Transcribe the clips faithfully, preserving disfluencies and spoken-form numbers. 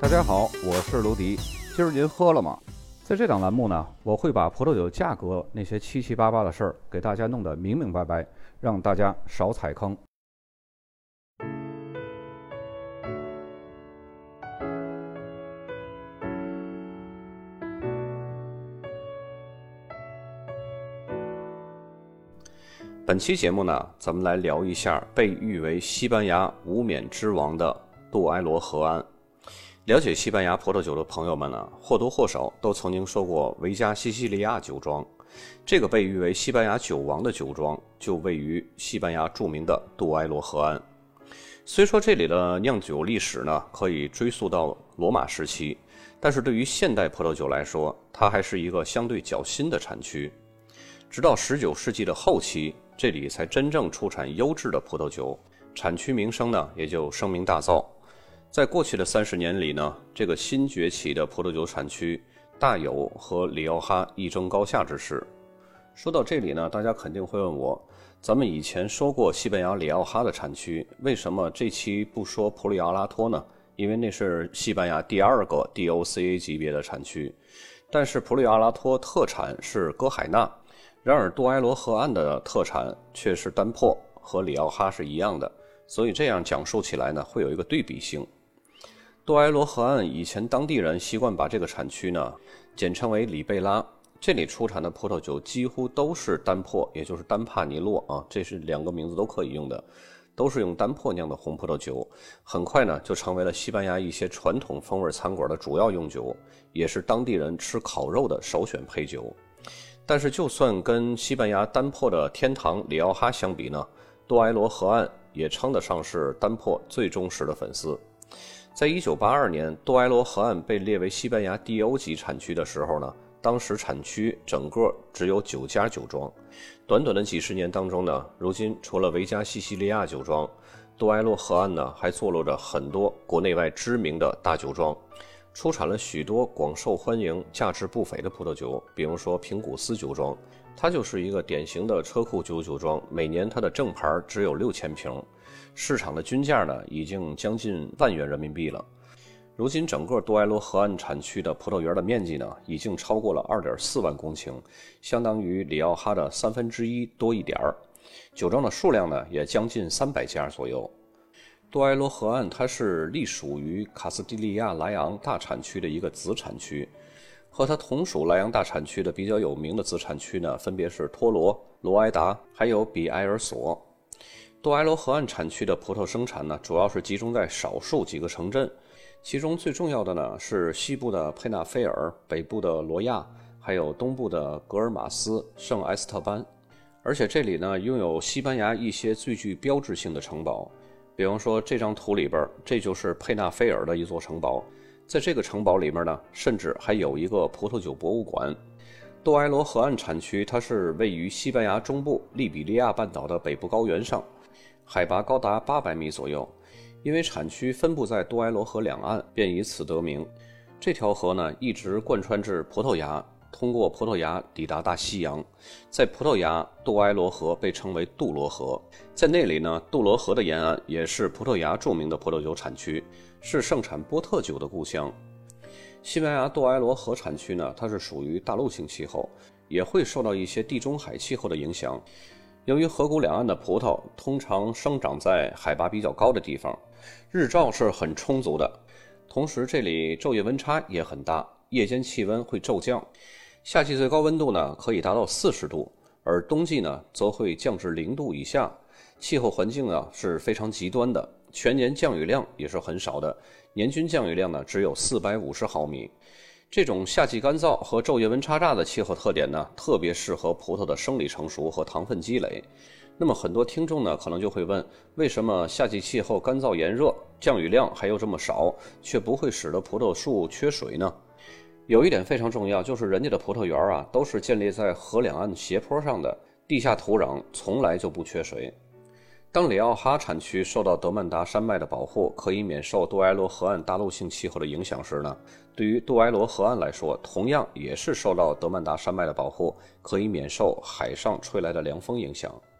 大家好，我是卢迪。今儿您喝了吗？在这档栏目呢，我会把葡萄酒价格那些七七八八的事儿给大家弄得明明白白，让大家少踩坑。本期节目呢，咱们来聊一下被誉为西班牙无冕之王的杜埃罗河岸。了解西班牙葡萄酒的朋友们呢，或多或少都曾经说过维加西西利亚酒庄。这个被誉为西班牙酒王的酒庄就位于西班牙著名的杜埃罗河岸。虽说这里的酿酒历史呢可以追溯到罗马时期，但是对于现代葡萄酒来说，它还是一个相对较新的产区。直到十九世纪的后期，这里才真正出产优质的葡萄酒，产区名声呢也就声名大噪。在过去的三十年里呢，这个新崛起的葡萄酒产区大有和里奥哈一争高下之势。说到这里呢，大家肯定会问我，咱们以前说过西班牙里奥哈的产区，为什么这期不说普里奥拉托呢？因为那是西班牙第二个 D O C A 级别的产区，但是普里奥拉托特产是歌海纳，然而杜埃罗河岸的特产却是丹珀，和里奥哈是一样的，所以这样讲述起来呢，会有一个对比性。杜埃罗河岸以前当地人习惯把这个产区呢简称为里贝拉，这里出产的葡萄酒几乎都是丹珀，也就是丹帕尼洛啊，这是两个名字都可以用的，都是用丹珀酿的红葡萄酒，很快呢就成为了西班牙一些传统风味餐馆的主要用酒，也是当地人吃烤肉的首选配酒。但是就算跟西班牙丹珀的天堂里奥哈相比呢，杜埃罗河岸也称得上是丹珀最忠实的粉丝。在一九八二年，杜埃罗河岸被列为西班牙 D O 级产区的时候呢，当时产区整个只有九家酒庄。短短的几十年当中呢，如今除了维加西西利亚酒庄，杜埃罗河岸呢还坐落着很多国内外知名的大酒庄，出产了许多广受欢迎、价值不菲的葡萄酒。比如说平古斯酒庄，它就是一个典型的车库酒酒庄，每年它的正牌只有六千瓶。市场的均价呢，已经将近万元人民币了。如今整个杜埃罗河岸产区的葡萄园的面积呢，已经超过了 二点四万公顷，相当于里奥哈的三分之一多一点儿。酒庄的数量呢，也将近三百家左右。杜埃罗河岸它是隶属于卡斯蒂利亚莱昂大产区的一个子产区，和它同属莱昂大产区的比较有名的子产区呢，分别是托罗、罗埃达还有比埃尔索。杜埃罗河岸产区的葡萄生产呢，主要是集中在少数几个城镇，其中最重要的呢是西部的佩纳菲尔、北部的罗亚，还有东部的格尔马斯、圣埃斯特班。而且这里呢拥有西班牙一些最具标志性的城堡，比方说这张图里边，这就是佩纳菲尔的一座城堡，在这个城堡里面呢，甚至还有一个葡萄酒博物馆。杜埃罗河岸产区它是位于西班牙中部利比利亚半岛的北部高原上，海拔高达八百米左右，因为产区分布在杜埃罗河两岸，便以此得名。这条河呢，一直贯穿至葡萄牙，通过葡萄牙抵达大西洋。在葡萄牙，杜埃罗河被称为杜罗河，在那里呢，杜罗河的沿岸也是葡萄牙著名的葡萄酒产区，是盛产波特酒的故乡。西班牙杜埃罗河产区呢，它是属于大陆性气候，也会受到一些地中海气候的影响。由于河谷两岸的葡萄通常生长在海拔比较高的地方，日照是很充足的，同时这里昼夜温差也很大，夜间气温会骤降，夏季最高温度呢可以达到四十度，而冬季呢则会降至零度以下。气候环境呢是非常极端的，全年降雨量也是很少的，年均降雨量呢只有四百五十毫米。这种夏季干燥和昼夜温差大的气候特点呢，特别适合葡萄的生理成熟和糖分积累。那么很多听众呢，可能就会问，为什么夏季气候干燥炎热，降雨量还有这么少，却不会使得葡萄树缺水呢？有一点非常重要，就是人家的葡萄园啊，都是建立在河两岸斜坡上的，地下土壤从来就不缺水。当里奥哈产区受到德曼达山脉的保护，可以免受杜埃罗河岸大陆性气候的影响时呢，对于杜埃罗河岸来说，同样也是受到德曼达山脉的保护，可以免受海上吹来的凉风影响。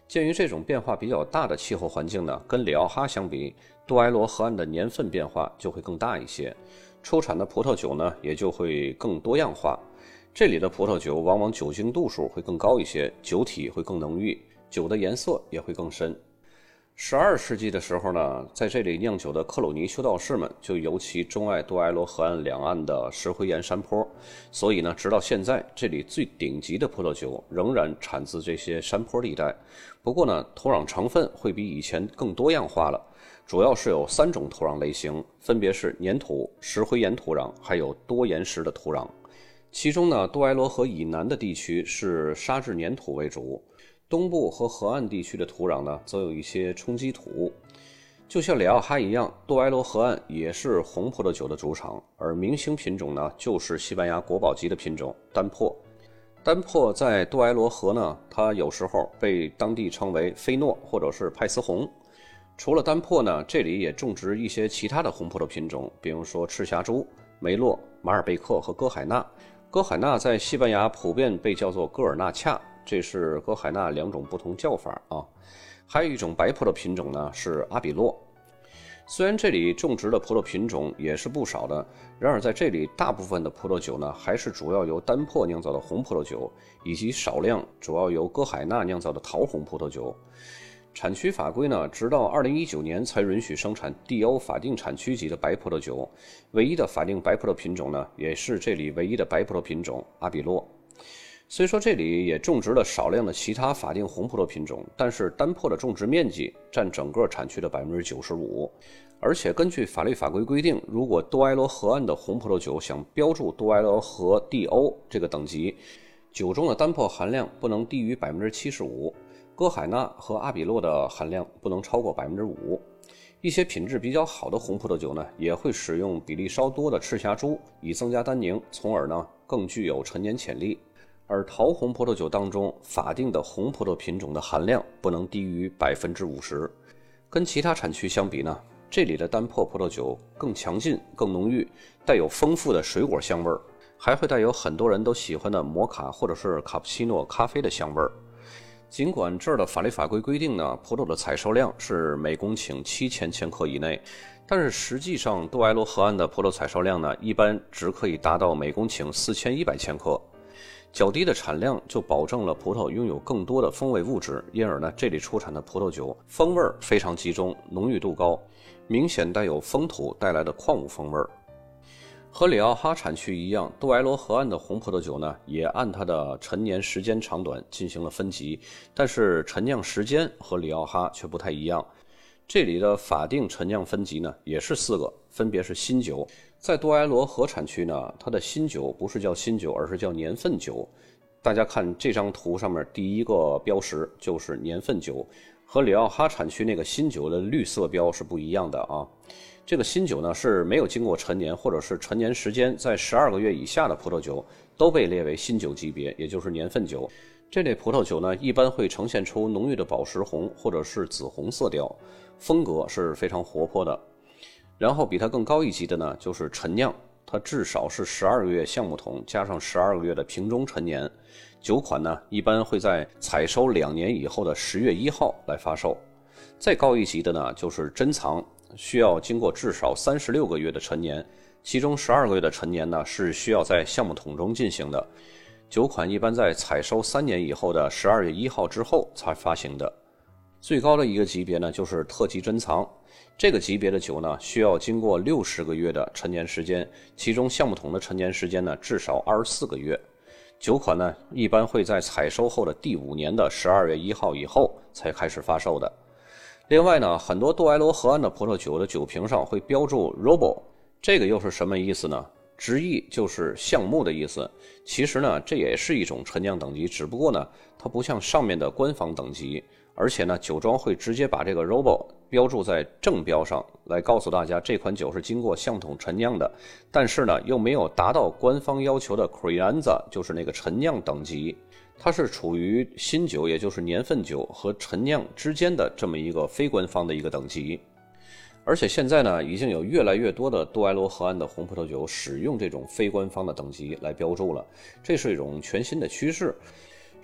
鉴于这种变化比较大的气候环境呢，跟里奥哈相比，杜埃罗河岸的年份变化就会更大一些，出产的葡萄酒呢也就会更多样化。这里的葡萄酒往往酒精度数会更高一些，酒体会更浓郁，酒的颜色也会更深。十二世纪的时候呢，在这里酿酒的克鲁尼修道士们就尤其钟爱杜埃罗河岸两岸的石灰岩山坡，所以呢，直到现在，这里最顶级的葡萄酒仍然产自这些山坡地带。不过呢，土壤成分会比以前更多样化了，主要是有三种土壤类型，分别是粘土、石灰岩土壤，还有多岩石的土壤。其中呢，杜埃罗河以南的地区是沙质粘土为主，东部和河岸地区的土壤呢，则有一些冲积土。就像里奥哈一样，杜埃罗河岸也是红葡萄酒的主场，而明星品种呢，就是西班牙国宝级的品种丹珀。丹珀在杜埃罗河呢，它有时候被当地称为菲诺或者是派斯红。除了丹珀呢，这里也种植一些其他的红葡萄品种，比如说赤霞珠、梅洛、马尔贝克和歌海纳。歌海纳在西班牙普遍被叫做戈尔纳恰，这是歌海纳两种不同叫法啊。还有一种白葡萄品种呢是阿比洛。虽然这里种植的葡萄品种也是不少的，然而在这里大部分的葡萄酒呢还是主要由丹珀酿造的红葡萄酒，以及少量主要由歌海纳酿造的桃红葡萄酒。产区法规呢，直到二零一九年才允许生产 D O 法定产区级的白葡萄酒，唯一的法定白葡萄品种呢，也是这里唯一的白葡萄品种阿比洛。虽说这里也种植了少量的其他法定红葡萄品种，但是丹珀的种植面积占整个产区的 百分之九十五。而且根据法律法规规定，如果杜埃罗河岸的红葡萄酒想标注杜埃罗河 D O 这个等级，酒中的丹珀含量不能低于 百分之七十五。歌海纳和阿比洛的含量不能超过 百分之五。 一些品质比较好的红葡萄酒呢，也会使用比例稍多的赤霞珠，以增加单宁，从而呢更具有陈年潜力。而桃红葡萄酒当中，法定的红葡萄品种的含量不能低于 百分之五十。 跟其他产区相比呢，这里的丹珀葡萄酒更强劲、更浓郁，带有丰富的水果香味儿，还会带有很多人都喜欢的摩卡或者是卡布奇诺咖啡的香味儿。尽管这儿的法律法规规定呢，葡萄的采收量是每公顷七千千克以内，但是实际上杜埃罗河岸的葡萄采收量呢，一般只可以达到每公顷四千一百千克。较低的产量就保证了葡萄拥有更多的风味物质，因而呢，这里出产的葡萄酒风味非常集中，浓郁度高，明显带有风土带来的矿物风味。和里奥哈产区一样，杜埃罗河岸的红葡萄酒呢，也按它的陈年时间长短进行了分级，但是陈酿时间和里奥哈却不太一样。这里的法定陈酿分级呢，也是四个，分别是新酒。在杜埃罗河产区呢，它的新酒不是叫新酒，而是叫年份酒。大家看这张图上面第一个标识就是年份酒，和里奥哈产区那个新酒的绿色标是不一样的啊。这个新酒呢是没有经过陈年，或者是陈年时间在十二个月以下的葡萄酒都被列为新酒级别，也就是年份酒。这类葡萄酒呢一般会呈现出浓郁的宝石红或者是紫红色调，风格是非常活泼的。然后比它更高一级的呢就是陈酿，它至少是十二个月橡木桶加上十二个月的瓶中陈年。酒款呢一般会在采收两年以后的十月一号来发售。再高一级的呢就是珍藏，需要经过至少三十六个月的陈年，其中十二个月的陈年呢是需要在橡木桶中进行的。酒款一般在采收三年以后的十二月一号之后才发行的。最高的一个级别呢就是特级珍藏，这个级别的酒呢需要经过六十个月的陈年时间，其中橡木桶的陈年时间呢至少二十四个月。酒款呢一般会在采收后的第五年的十二月一号以后才开始发售的。另外呢，很多杜埃罗河岸的葡萄酒的酒瓶上会标注 Roble， 这个又是什么意思呢？直译就是橡木的意思。其实呢，这也是一种陈酿等级，只不过呢，它不像上面的官方等级，而且呢，酒庄会直接把这个 Roble 标注在正标上，来告诉大家这款酒是经过橡木桶陈酿的，但是呢，又没有达到官方要求的 Crianza， 就是那个陈酿等级。它是处于新酒，也就是年份酒和陈酿之间的这么一个非官方的一个等级。而且现在呢，已经有越来越多的杜埃罗河岸的红葡萄酒使用这种非官方的等级来标注了，这是一种全新的趋势。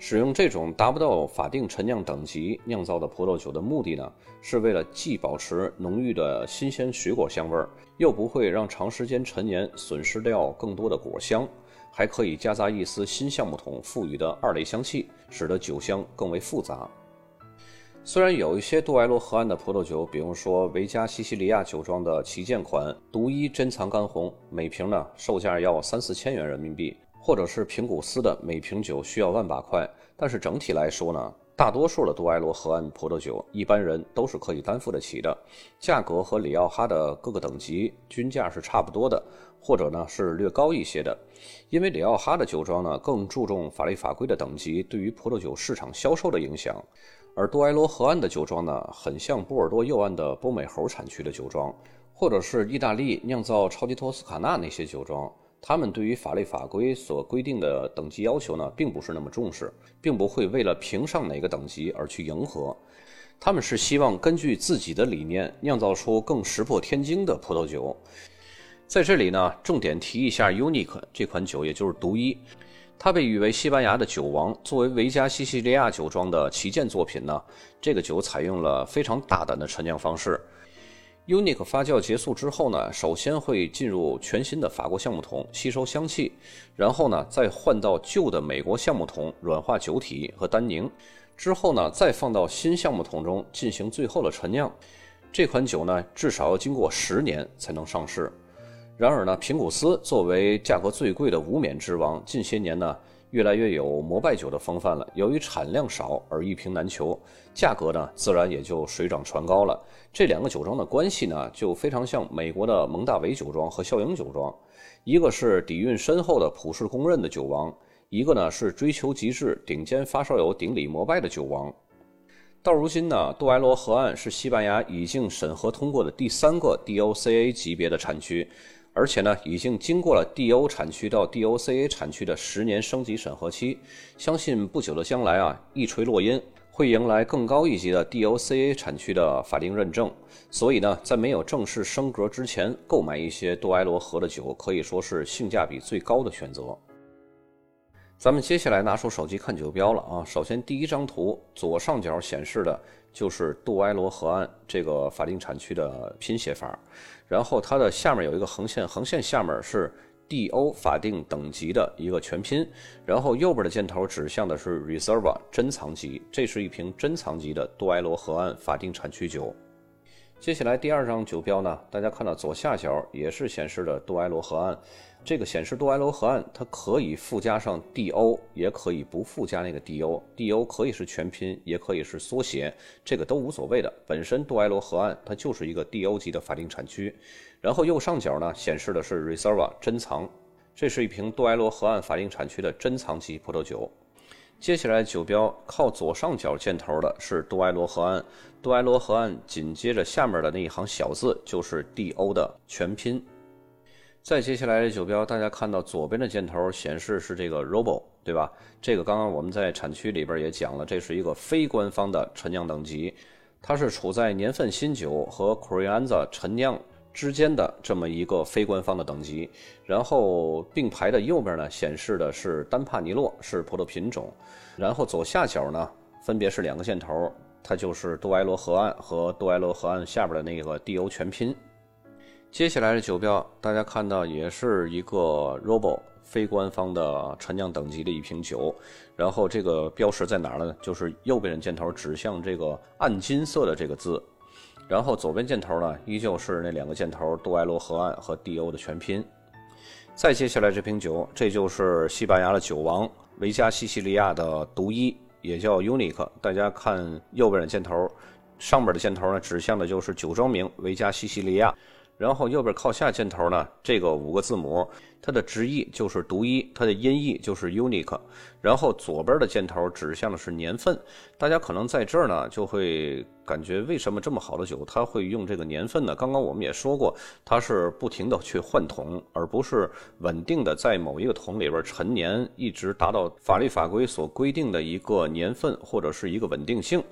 使用这种达不到法定陈酿等级酿造的葡萄酒的目的呢，是为了既保持浓郁的新鲜水果香味，又不会让长时间陈年损失掉更多的果香，还可以夹杂一丝新橡木桶赋予的二类香气，使得酒香更为复杂。虽然有一些杜埃罗河岸的葡萄酒，比如说维加西西里亚酒庄的旗舰款独一珍藏干红，每瓶呢售价要三四千元人民币，或者是平古斯的每瓶酒需要万把块，但是整体来说呢，大多数的杜埃罗河岸葡萄酒一般人都是可以担负得起的，价格和里奥哈的各个等级均价是差不多的，或者呢是略高一些的。因为里奥哈的酒庄呢更注重法律法规的等级对于葡萄酒市场销售的影响，而杜埃罗河岸的酒庄呢很像波尔多右岸的波美侯产区的酒庄，或者是意大利酿造超级托斯卡纳那些酒庄，他们对于法律法规所规定的等级要求呢并不是那么重视，并不会为了评上哪个等级而去迎合，他们是希望根据自己的理念酿造出更石破天惊的葡萄酒。在这里呢，重点提一下 Unique 这款酒，也就是独一，它被誉为西班牙的酒王，作为维加西西里亚酒庄的旗舰作品呢，这个酒采用了非常大胆的陈酿方式。Unique 发酵结束之后呢，首先会进入全新的法国橡木桶吸收香气，然后呢再换到旧的美国橡木桶软化酒体和单宁，之后呢再放到新橡木桶中进行最后的陈酿。这款酒呢至少要经过十年才能上市。然而呢，品古斯作为价格最贵的无冕之王，近些年呢越来越有膜拜酒的风范了。由于产量少而一瓶难求，价格呢自然也就水涨船高了。这两个酒庄的关系呢，就非常像美国的蒙大维酒庄和肖营酒庄，一个是底蕴深厚的普世公认的酒王，一个呢是追求极致、顶尖发烧友顶礼膜拜的酒王。到如今呢，杜埃罗河岸是西班牙已经审核通过的第三个 D O C A 级别的产区，而且呢，已经经过了 D O 产区到 D O C A 产区的十年升级审核期，相信不久的将来啊，一锤落音，会迎来更高一级的 D O C A 产区的法定认证。所以呢，在没有正式升格之前，购买一些杜埃罗河的酒，可以说是性价比最高的选择。咱们接下来拿出手机看酒标了啊！首先第一张图左上角显示的就是杜埃罗河岸这个法定产区的拼写法，然后它的下面有一个横线，横线下面是 D O 法定等级的一个全拼，然后右边的箭头指向的是 Reserva 珍藏级，这是一瓶珍藏级的杜埃罗河岸法定产区酒。接下来第二张酒标呢，大家看到左下角也是显示的杜埃罗河岸，这个显示杜埃罗河岸它可以附加上 D O， 也可以不附加那个 D O， D O 可以是全拼，也可以是缩写，这个都无所谓的。本身杜埃罗河岸它就是一个 D O 级的法定产区。然后右上角呢显示的是 Reserva 珍藏，这是一瓶杜埃罗河岸法定产区的珍藏级葡萄酒。接下来酒标靠左上角箭头的是杜埃罗河岸，杜埃罗河岸紧接着下面的那一行小字就是 D O 的全拼。再接下来的酒标，大家看到左边的箭头显示是这个 Robo， 对吧？这个刚刚我们在产区里边也讲了，这是一个非官方的陈酿等级，它是处在年份新酒和 Crianza 陈酿之间的这么一个非官方的等级。然后并排的右边呢显示的是丹帕尼洛，是葡萄品种。然后左下角呢分别是两个箭头，它就是杜埃罗河岸和杜埃罗河岸下边的那个 D O 全拼。接下来的酒标大家看到也是一个 Robo 非官方的陈酿等级的一瓶酒，然后这个标识在哪儿呢？就是右边的箭头指向这个暗金色的这个字，然后左边箭头呢依旧是那两个箭头杜埃罗河岸和 D O 的全拼。再接下来这瓶酒，这就是西班牙的酒王维加西西里亚的独一，也叫 Unique。 大家看右边的箭头，上边的箭头呢指向的就是酒庄名维加西西里亚，然后右边靠下箭头呢，这个五个字母它的直译就是独一，它的音译就是 Unique， 然后左边的箭头指向的是年份。大家可能在这儿呢就会感觉为什么这么好的酒它会用这个年份呢？刚刚我们也说过，它是不停的去换桶，而不是稳定的在某一个桶里边陈年，一直达到法律法规所规定的一个年份或者是一个稳定性。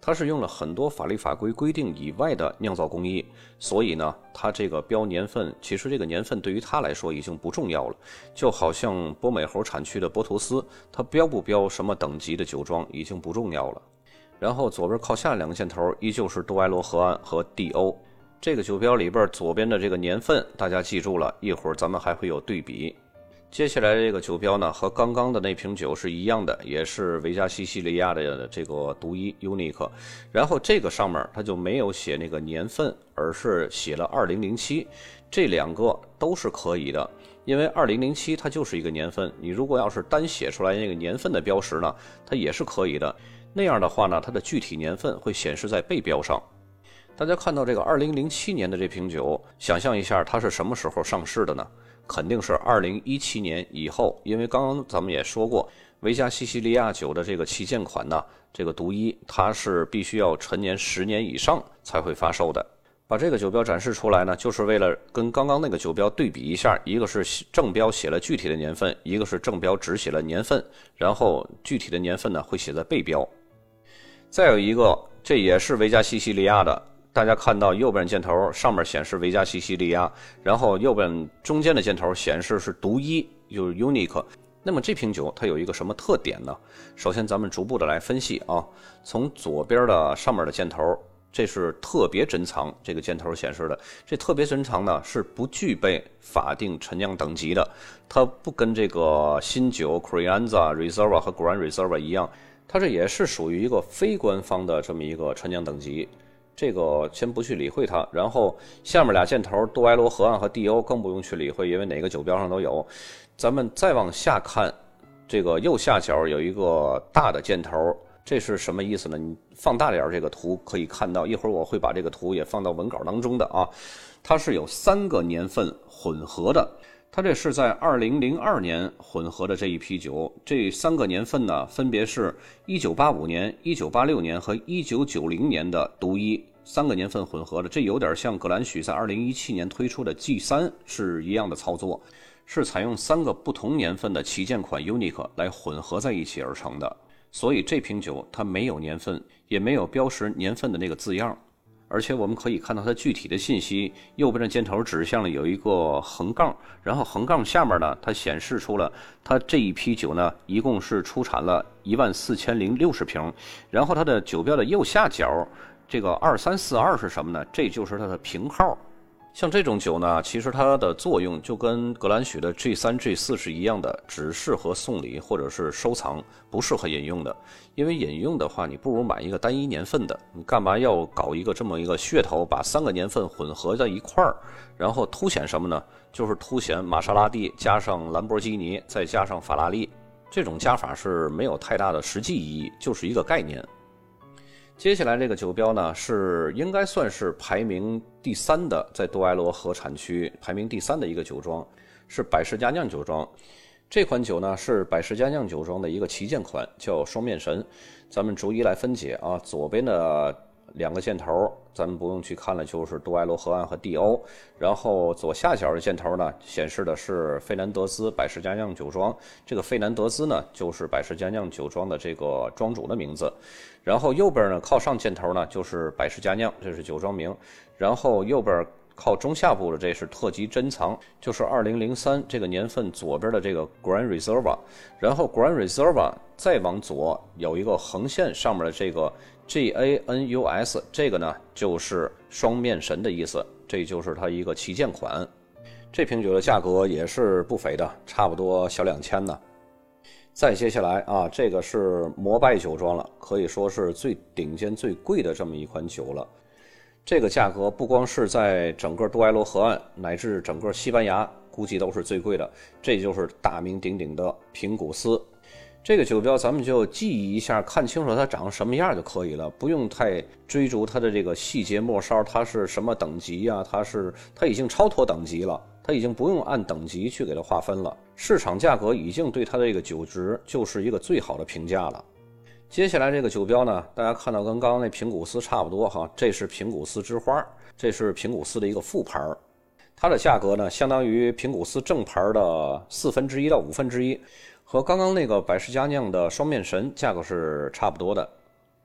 它是用了很多法律法规规定以外的酿造工艺，所以呢，它这个标年份，其实这个年份对于它来说已经不重要了。就好像波美侯产区的波图斯，它标不标什么等级的酒庄已经不重要了。然后左边靠下两个箭头依旧是杜埃罗河岸和 D O。这个酒标里边左边的这个年份，大家记住了，一会儿咱们还会有对比。接下来这个酒标呢，和刚刚的那瓶酒是一样的，也是维加西西里亚的这个独一 Unique。然后这个上面它就没有写那个年份，而是写了二零零七，这两个都是可以的，因为二零零七它就是一个年份，你如果要是单写出来那个年份的标识呢，它也是可以的。那样的话呢，它的具体年份会显示在背标上。大家看到这个二零零七年的这瓶酒，想象一下它是什么时候上市的呢？肯定是二零一七年以后，因为刚刚咱们也说过，维加西西里亚酒的这个旗舰款呢，这个独一它是必须要陈年十年以上才会发售的。把这个酒标展示出来呢，就是为了跟刚刚那个酒标对比一下，一个是正标写了具体的年份，一个是正标只写了年份，然后具体的年份呢会写在背标。再有一个，这也是维加西西里亚的。大家看到右边箭头上面显示维加西西里亚，然后右边中间的箭头显示是独一，就是 Unique。那么这瓶酒它有一个什么特点呢？首先咱们逐步的来分析啊。从左边的上面的箭头，这是特别珍藏这个箭头显示的。这特别珍藏呢是不具备法定陈酿等级的，它不跟这个新酒 Crianza Reserva 和 Grand Reserva 一样，它这也是属于一个非官方的这么一个陈酿等级。这个先不去理会它，然后下面俩箭头杜埃罗河岸和 D O 更不用去理会，因为哪个酒标上都有。咱们再往下看，这个右下角有一个大的箭头，这是什么意思呢？你放大点这个图可以看到，一会儿我会把这个图也放到文稿当中的啊。它是有三个年份混合的，它这是在二零零二年混合的这一批酒，这三个年份呢，分别是一九八五年、一九八六年和一九九零年的独一，三个年份混合的，这有点像格兰许在二零一七年推出的 G 三 是一样的操作，是采用三个不同年份的旗舰款 Unique 来混合在一起而成的。所以这瓶酒它没有年份，也没有标识年份的那个字样。而且我们可以看到它具体的信息，右边的箭头指向了有一个横杠，然后横杠下面呢，它显示出了它这一批酒呢，一共是出产了一万四千零六十瓶，然后它的酒标的右下角这个二三四二是什么呢？这就是它的瓶号。像这种酒呢，其实它的作用就跟格兰许的 G 三 G 四 是一样的，只适合送礼或者是收藏，不适合饮用的。因为饮用的话，你不如买一个单一年份的，你干嘛要搞一个这么一个噱头，把三个年份混合在一块儿，然后凸显什么呢？就是凸显玛莎拉蒂加上兰博基尼再加上法拉利，这种加法是没有太大的实际意义，就是一个概念。接下来这个酒标呢，是应该算是排名第三的，在杜埃罗河产区排名第三的一个酒庄，是百世佳酿酒庄。这款酒呢是百世佳酿酒庄的一个旗舰款，叫双面神。咱们逐一来分解啊，左边的两个箭头咱们不用去看了，就是杜埃罗河岸和 D O。然后左下角的箭头呢，显示的是费南德兹百世佳酿酒庄。这个费南德兹呢，就是百世佳酿酒庄的这个庄主的名字。然后右边呢，靠上箭头呢，就是百世佳酿，这是酒庄名。然后右边靠中下部的这是特级珍藏，就是二零零三这个年份左边的这个 Grand Reserva。然后 Grand Reserva 再往左有一个横线上面的这个 G A N U S， 这个呢就是双面神的意思，这就是它一个旗舰款。这瓶酒的价格也是不菲的，差不多小两千呢。再接下来啊，这个是摩拜酒庄了，可以说是最顶尖最贵的这么一款酒了。这个价格不光是在整个杜埃罗河岸乃至整个西班牙估计都是最贵的，这就是大名鼎鼎的平古斯。这个酒标咱们就记忆一下，看清楚它长什么样就可以了，不用太追逐它的这个细节末梢，它是什么等级啊，它是它已经超脱等级了，它已经不用按等级去给它划分了，市场价格已经对它的这个酒质就是一个最好的评价了。接下来这个酒标呢，大家看到跟刚刚那平古斯差不多哈，这是平古斯之花，这是平古斯的一个副牌，它的价格呢相当于平古斯正牌的四分之一到五分之一，和刚刚那个百世佳酿的双面神价格是差不多的。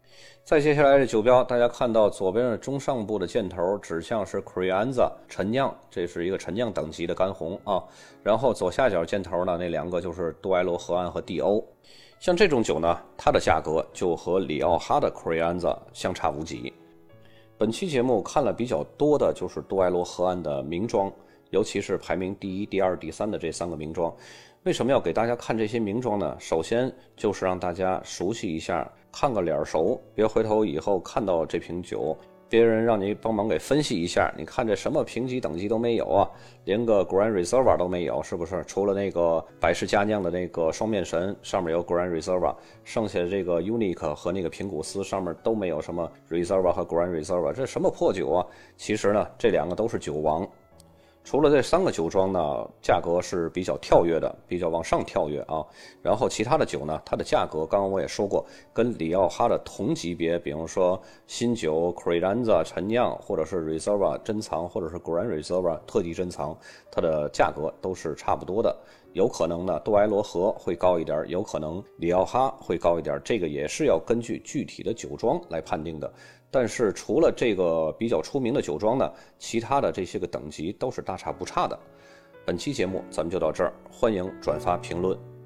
再接下来这酒标，大家看到左边的中上部的箭头指向是 Crianza 陈酿，这是一个陈酿等级的干红啊。然后左下角箭头呢，那两个就是杜埃罗河岸和帝欧。像这种酒呢，它的价格就和里奥哈的 Crianza 相差无几。本期节目看了比较多的就是杜埃罗河岸的名庄，尤其是排名第一、第二、第三的这三个名庄。为什么要给大家看这些名庄呢？首先就是让大家熟悉一下，看个脸熟，别回头以后看到这瓶酒，别人让你帮忙给分析一下，你看这什么评级等级都没有啊，连个 Grand Reserva 都没有，是不是？除了那个百世佳酿的那个双面神上面有 Grand Reserva， 剩下的这个 Unique 和那个平古斯上面都没有什么 Reserva 和 Grand Reserva， 这什么破酒啊？其实呢，这两个都是酒王。除了这三个酒庄呢，价格是比较跳跃的，比较往上跳跃啊。然后其他的酒呢，它的价格刚刚我也说过，跟里奥哈的同级别，比如说新酒 Crianza 陈酿，或者是 Reserva 珍藏，或者是 Grand Reserva 特级珍藏，它的价格都是差不多的。有可能呢，杜埃罗河会高一点，有可能里奥哈会高一点，这个也是要根据具体的酒庄来判定的。但是除了这个比较出名的酒庄呢，其他的这些个等级都是大差不差的。本期节目咱们就到这儿，欢迎转发评论。